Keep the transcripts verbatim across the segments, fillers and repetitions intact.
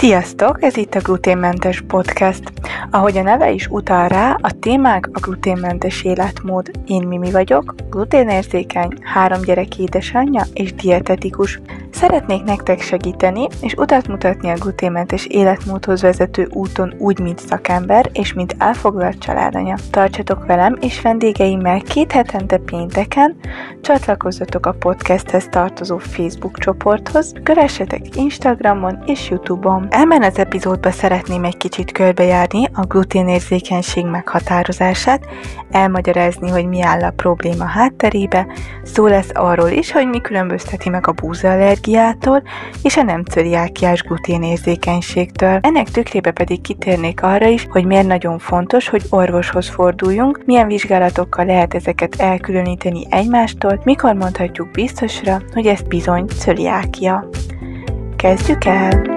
Sziasztok! Ez itt a Gluténmentes Podcast. Ahogy a neve is utal rá, a témák a gluténmentes életmód. Én Mimi vagyok, gluténérzékeny, három gyerek édesanyja és dietetikus. Szeretnék nektek segíteni és utat mutatni a gluténmentes életmódhoz vezető úton úgy, mint szakember és mint elfoglalt családanya. Tartsatok velem és vendégeimmel két hetente pénteken, csatlakozzatok a podcasthez tartozó Facebook csoporthoz, kövessetek Instagramon és YouTube-on. Ebben az epizódban szeretném egy kicsit körbejárni a gluténérzékenység meghatározását, elmagyarázni, hogy mi áll a probléma hátterébe, szó lesz arról is, hogy mi különbözteti meg a búzaallergiától és a nem cöliákiás gluténérzékenységtől. Ennek tükrébe pedig kitérnék arra is, hogy miért nagyon fontos, hogy orvoshoz forduljunk, milyen vizsgálatokkal lehet ezeket elkülöníteni egymástól, mikor mondhatjuk biztosra, hogy ez bizony cöliákia. Kezdjük el!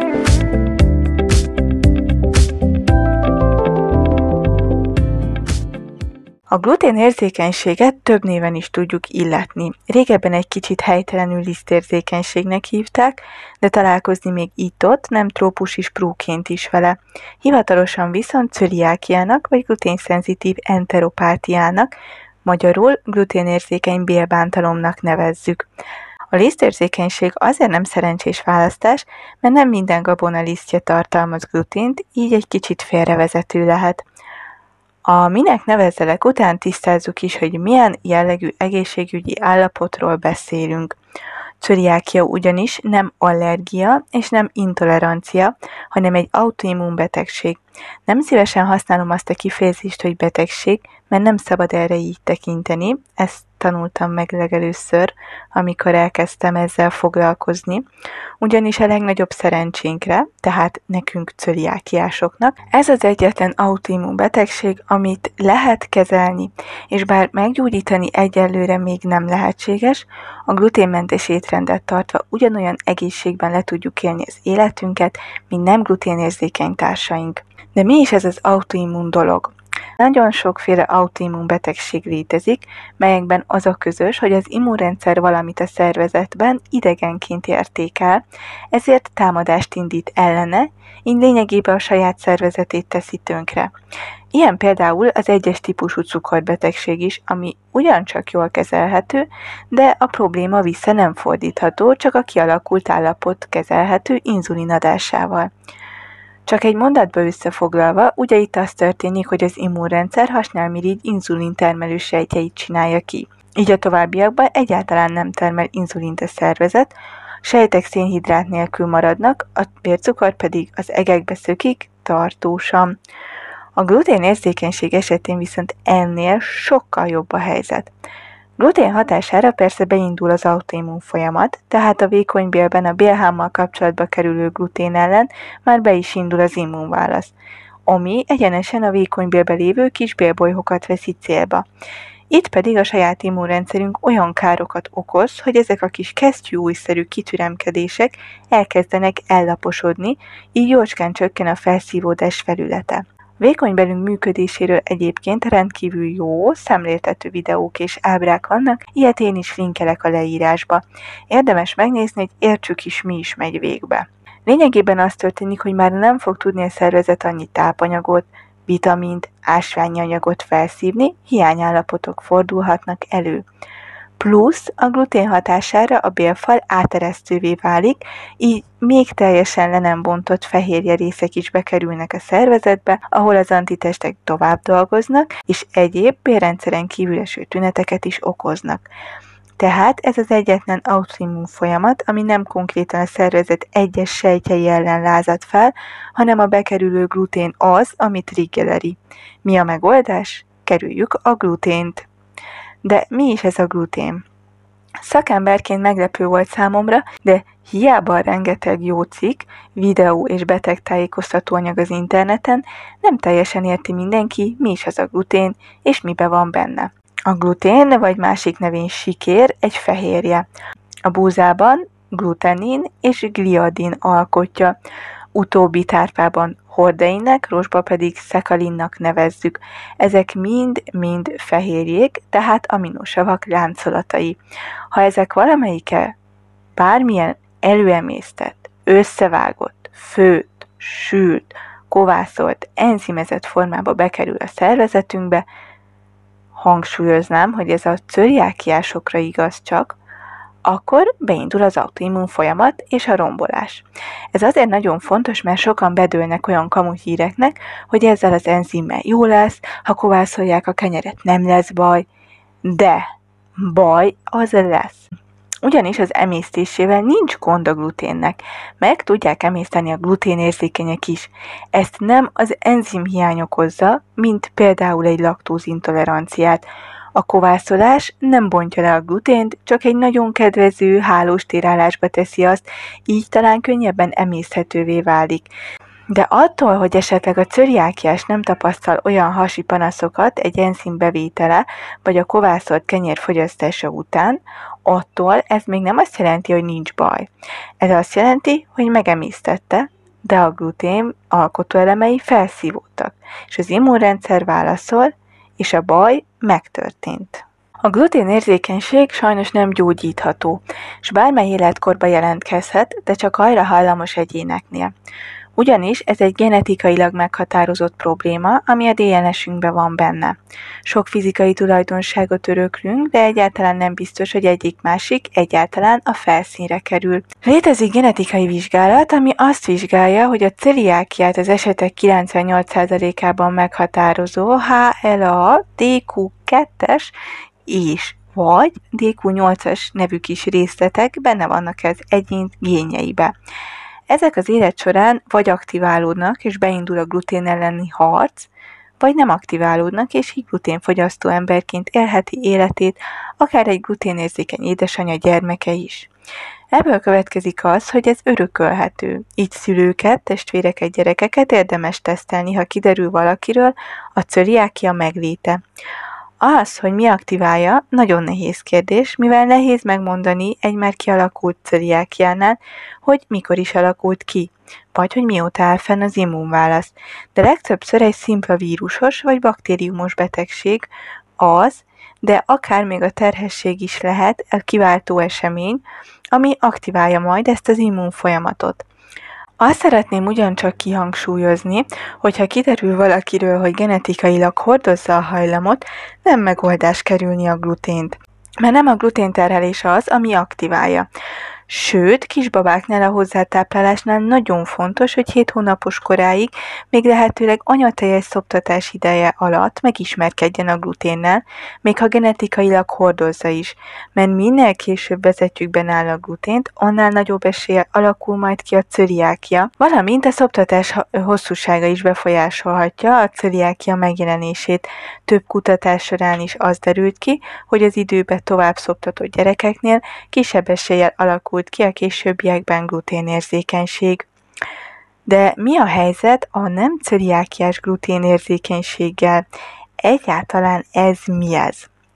A gluténérzékenységet több néven is tudjuk illetni. Régebben egy kicsit helytelenül lisztérzékenységnek hívták, de találkozni még itt-ott nem trópusi sprúként is vele. Hivatalosan viszont cöliákiának vagy gluténszenzitív enteropátiának, magyarul gluténérzékeny bélbántalomnak nevezzük. A lisztérzékenység azért nem szerencsés választás, mert nem minden gabona lisztje tartalmaz glutént, így egy kicsit félrevezető lehet. A minek nevezzelek után tisztázzuk is, hogy milyen jellegű egészségügyi állapotról beszélünk. Cöliákia ugyanis nem allergia és nem intolerancia, hanem egy autoimmun betegség. Nem szívesen használom azt a kifejezést, hogy betegség, mert nem szabad erre így tekinteni, ezt tanultam meg legelőször, amikor elkezdtem ezzel foglalkozni, ugyanis a legnagyobb szerencsénkre, tehát nekünk cöliákiásoknak, ez az egyetlen autoimmun betegség, amit lehet kezelni, és bár meggyógyítani egyelőre még nem lehetséges, a gluténmentes étrendet tartva ugyanolyan egészségben le tudjuk élni az életünket, mint nem gluténérzékeny társaink. De mi is ez az autoimmun dolog? Nagyon sokféle autoimmun betegség létezik, melyekben az a közös, hogy az immunrendszer valamit a szervezetben idegenként értékel, ezért támadást indít ellene, így lényegében a saját szervezetét teszi tönkre. Ilyen például az egyes típusú cukorbetegség is, ami ugyancsak jól kezelhető, de a probléma vissza nem fordítható, csak a kialakult állapot kezelhető inzulinadásával. Csak egy mondatba összefoglalva, ugye itt az történik, hogy az immunrendszer hasnyálmirigy inzulintermelő sejtjeit csinálja ki. Így a továbbiakban egyáltalán nem termel inzulint a szervezet, sejtek szénhidrát nélkül maradnak, a vércukor pedig az egekbe szökik tartósan. A gluténérzékenység esetén viszont ennél sokkal jobb a helyzet. Glutén hatására persze beindul az autoimmun folyamat, tehát a vékony bélben a bélhámmal kapcsolatba kerülő glutén ellen már be is indul az immunválasz, ami egyenesen a vékony bélben lévő kis bélbolyhokat veszi célba. Itt pedig a saját immunrendszerünk olyan károkat okoz, hogy ezek a kis kesztyűujjszerű kitüremkedések elkezdenek ellaposodni, így jócskán csökken a felszívódás felülete. Vékony belünk működéséről egyébként rendkívül jó szemléltető videók és ábrák vannak, ilyet én is linkelek a leírásba. Érdemes megnézni, hogy értsük is, mi is megy végbe. Lényegében az történik, hogy már nem fog tudni a szervezet annyi tápanyagot, vitamint, ásványi anyagot felszívni, hiányállapotok fordulhatnak elő. Plusz a glutén hatására a bélfal áteresztővé válik, így még teljesen le nem bontott fehérje részek is bekerülnek a szervezetbe, ahol az antitestek tovább dolgoznak, és egyéb bélrendszeren kívül eső tüneteket is okoznak. Tehát ez az egyetlen autoimmun folyamat, ami nem konkrétan a szervezet egyes sejtjei ellen lázad fel, hanem a bekerülő glutén az, ami triggereli. Mi a megoldás? Kerüljük a glutént. De mi is ez a glutén? Szakemberként meglepő volt számomra, de hiába rengeteg jó cikk, videó és betegtájékoztató anyag az interneten, nem teljesen érti mindenki, mi is az a glutén, és mibe van benne. A glutén, vagy másik nevén sikér, egy fehérje. A búzában glutenin és gliadin alkotja. Utóbbi tárpában hordeinnek, rostba pedig szekalinnak nevezzük. Ezek mind-mind fehérjék, tehát aminosavak láncolatai. Ha ezek valamelyike bármilyen előemésztett, összevágott, főtt, sült, kovászolt, enzimezett formába bekerül a szervezetünkbe, hangsúlyoznám, hogy ez a cöliákiásokra igaz csak, akkor beindul az autoimmun folyamat és a rombolás. Ez azért nagyon fontos, mert sokan bedőlnek olyan kamu híreknek, hogy ezzel az enzimmel jó lesz, ha kovászolják a kenyeret, nem lesz baj, de baj az lesz. Ugyanis az emésztésével nincs gond a gluténnek. Meg tudják emészteni a gluténérzékenyek is. Ezt nem az enzimhiány okozza, mint például egy laktózintoleranciát. A kovászolás nem bontja le a glutént, csak egy nagyon kedvező hálós térálásba teszi azt, így talán könnyebben emészthetővé válik. De attól, hogy esetleg a cöliákiás nem tapasztal olyan hasi panaszokat egy enzim bevétele, vagy a kovászolt kenyér fogyasztása után, attól ez még nem azt jelenti, hogy nincs baj. Ez azt jelenti, hogy megemésztette, de a glutén alkotóelemei felszívódtak, és az immunrendszer válaszol, és a baj megtörtént. A gluténérzékenység sajnos nem gyógyítható, és bármely életkorban jelentkezhet, de csak arra hajlamos egyéneknél. Ugyanis ez egy genetikailag meghatározott probléma, ami a dé en esünkben van benne. Sok fizikai tulajdonságot öröklünk, de egyáltalán nem biztos, hogy egyik-másik egyáltalán a felszínre kerül. Létezik genetikai vizsgálat, ami azt vizsgálja, hogy a celiákiát az esetek kilencvennyolc százalékában meghatározó há el á dé kú kettes és vagy dé kú nyolcas nevű kis részletek benne vannak az egyén génjeibe. Ezek az élet során vagy aktiválódnak, és beindul a glutén elleni harc, vagy nem aktiválódnak, és így gluténfogyasztó emberként élheti életét, akár egy gluténérzékeny édesanyja gyermeke is. Ebből következik az, hogy ez örökölhető. Így szülőket, testvéreket, gyerekeket érdemes tesztelni, ha kiderül valakiről a cöliákia megléte. Az, hogy mi aktiválja, nagyon nehéz kérdés, mivel nehéz megmondani egy már kialakult cöliákiánál, hogy mikor is alakult ki, vagy hogy mióta áll fenn az immunválasz. De legtöbbször egy szimpla vírusos vagy baktériumos betegség az, de akár még a terhesség is lehet a kiváltó esemény, ami aktiválja majd ezt az immunfolyamatot. Azt szeretném ugyancsak kihangsúlyozni, hogyha kiderül valakiről, hogy genetikailag hordozza a hajlamot, nem megoldás kerülni a glutént, mert nem a gluténterhelés az, ami aktiválja. Sőt, kisbabáknál a hozzátáplálásnál nagyon fontos, hogy hét hónapos koráig, még lehetőleg anyatejes szoptatás ideje alatt megismerkedjen a gluténnel, még ha genetikailag hordozza is, mert minél később vezetjükben áll a glutént, annál nagyobb eséllyel alakul majd ki a cöliákia, valamint a szoptatás hosszúsága is befolyásolhatja a cöliákia megjelenését. Több kutatás során is az derült ki, hogy az időben tovább szoptatott gyerekeknél kisebb eséllyel alakul ki a későbbiekben gluténérzékenység. De mi a helyzet a nem cöliákiás gluténérzékenységgel? Egyáltalán ez mi ez?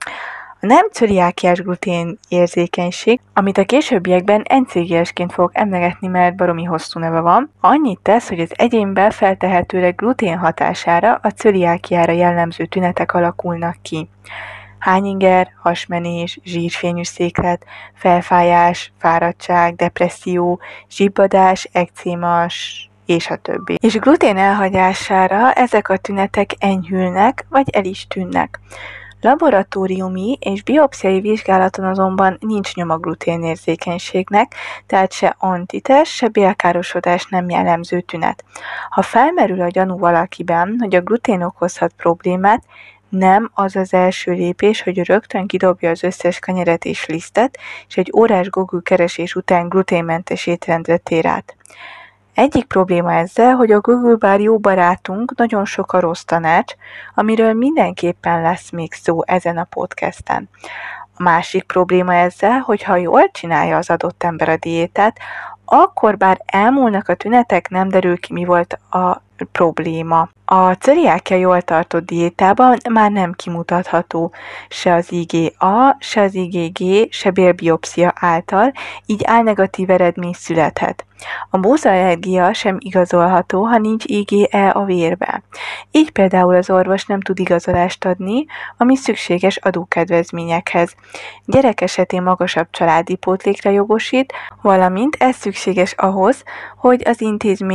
A nem cöliákiás gluténérzékenység, amit a későbbiekben en cé gé esként fogok emlegetni, mert baromi hosszú neve van, annyit tesz, hogy az egyénben feltehetőleg glutén hatására a cöliákiára jellemző tünetek alakulnak ki. Hányinger, hasmenés, zsírfényű széklet, felfájás, fáradtság, depresszió, zsibbadás, ekcémas, és a többi. És glutén elhagyására ezek a tünetek enyhülnek, vagy el is tűnnek. Laboratóriumi és biopsziai vizsgálaton azonban nincs nyoma gluténérzékenységnek, tehát se antitest, se bélkárosodás nem jellemző tünet. Ha felmerül a gyanú valakiben, hogy a glutén okozhat problémát, nem az az első lépés, hogy rögtön kidobja az összes kenyeret és lisztet, és egy órás Google keresés után gluténmentes étrendre tér át. Egyik probléma ezzel, hogy a Google bár jó barátunk, nagyon sok a rossz tanács, amiről mindenképpen lesz még szó ezen a podcasten. A másik probléma ezzel, hogy ha jól csinálja az adott ember a diétát, akkor bár elmúlnak a tünetek, nem derül ki, mi volt a probléma. A cöliákia jól tartott diétában már nem kimutatható se az i gé á, se az i gé gé, se bélbiopszia által, így álnegatív eredmény születhet. A bózallergia sem igazolható, ha nincs i gé e a vérben. Így például az orvos nem tud igazolást adni, ami szükséges adókedvezményekhez. Gyerek esetén magasabb családi pótlékra jogosít, valamint ez szükséges ahhoz, hogy az intézmény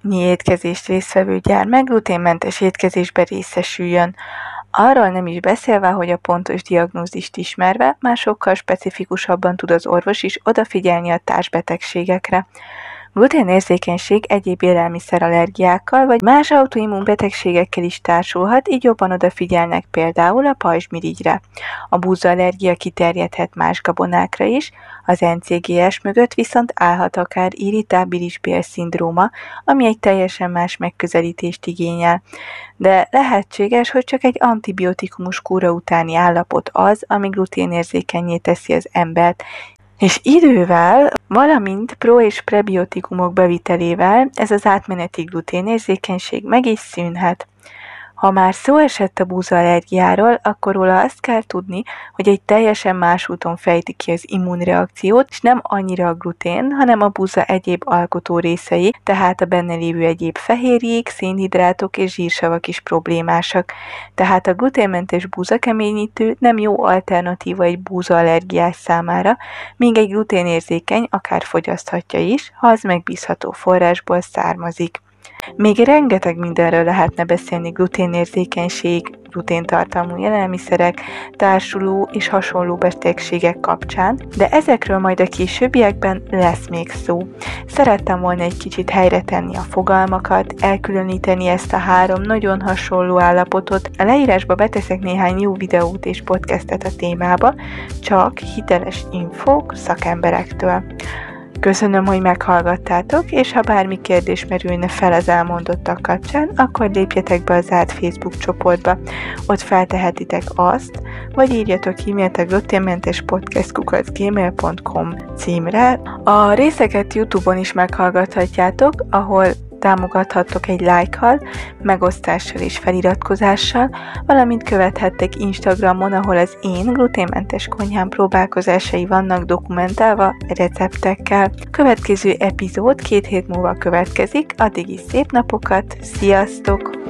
étkezést résztvevő gyermek gluténmentes étkezésbe részesüljön. Arról nem is beszélve, hogy a pontos diagnózist ismerve már sokkal specifikusabban tud az orvos is odafigyelni a társbetegségekre. Gluténérzékenység egyéb élelmiszerallergiákkal vagy más autoimmunbetegségekkel is társulhat, így jobban odafigyelnek például a pajzsmirigyre. A búzaallergia kiterjedhet más gabonákra is, az en cé gé es mögött viszont állhat akár irritábilis bélszindróma, ami egy teljesen más megközelítést igényel. De lehetséges, hogy csak egy antibiotikumos kúra utáni állapot az, ami gluténérzékennyé teszi az embert, és idővel, valamint pro- és prebiotikumok bevitelével ez az átmeneti gluténérzékenység meg is szűnhet. Ha már szó esett a búzaallergiáról, akkor róla azt kell tudni, hogy egy teljesen más úton fejti ki az immunreakciót, és nem annyira a glutén, hanem a búza egyéb alkotó részei, tehát a benne lévő egyéb fehérjék, szénhidrátok és zsírsavak is problémásak. Tehát a gluténmentes búzakeményítő nem jó alternatíva egy búzaallergiás számára, míg egy gluténérzékeny akár fogyaszthatja is, ha az megbízható forrásból származik. Még rengeteg mindenről lehetne beszélni: gluténérzékenység, gluténtartalmú élelmiszerek, társuló és hasonló betegségek kapcsán, de ezekről majd a későbbiekben lesz még szó. Szerettem volna egy kicsit helyre tenni a fogalmakat, elkülöníteni ezt a három nagyon hasonló állapotot. A leírásba beteszek néhány jó videót és podcastet a témába, csak hiteles infók szakemberektől. Köszönöm, hogy meghallgattátok, és ha bármi kérdés merülne fel az elmondottak kapcsán, akkor lépjetek be a zárt Facebook csoportba. Ott feltehetitek azt, vagy írjatok e-mailt a gluténmentes podcast kukac gmail pont com címre. A részeket YouTube-on is meghallgathatjátok, ahol támogathattok egy lájkkal, megosztással és feliratkozással, valamint követhettek Instagramon, ahol az én gluténmentes konyhám próbálkozásai vannak dokumentálva receptekkel. Következő epizód két hét múlva következik, addig is szép napokat, sziasztok!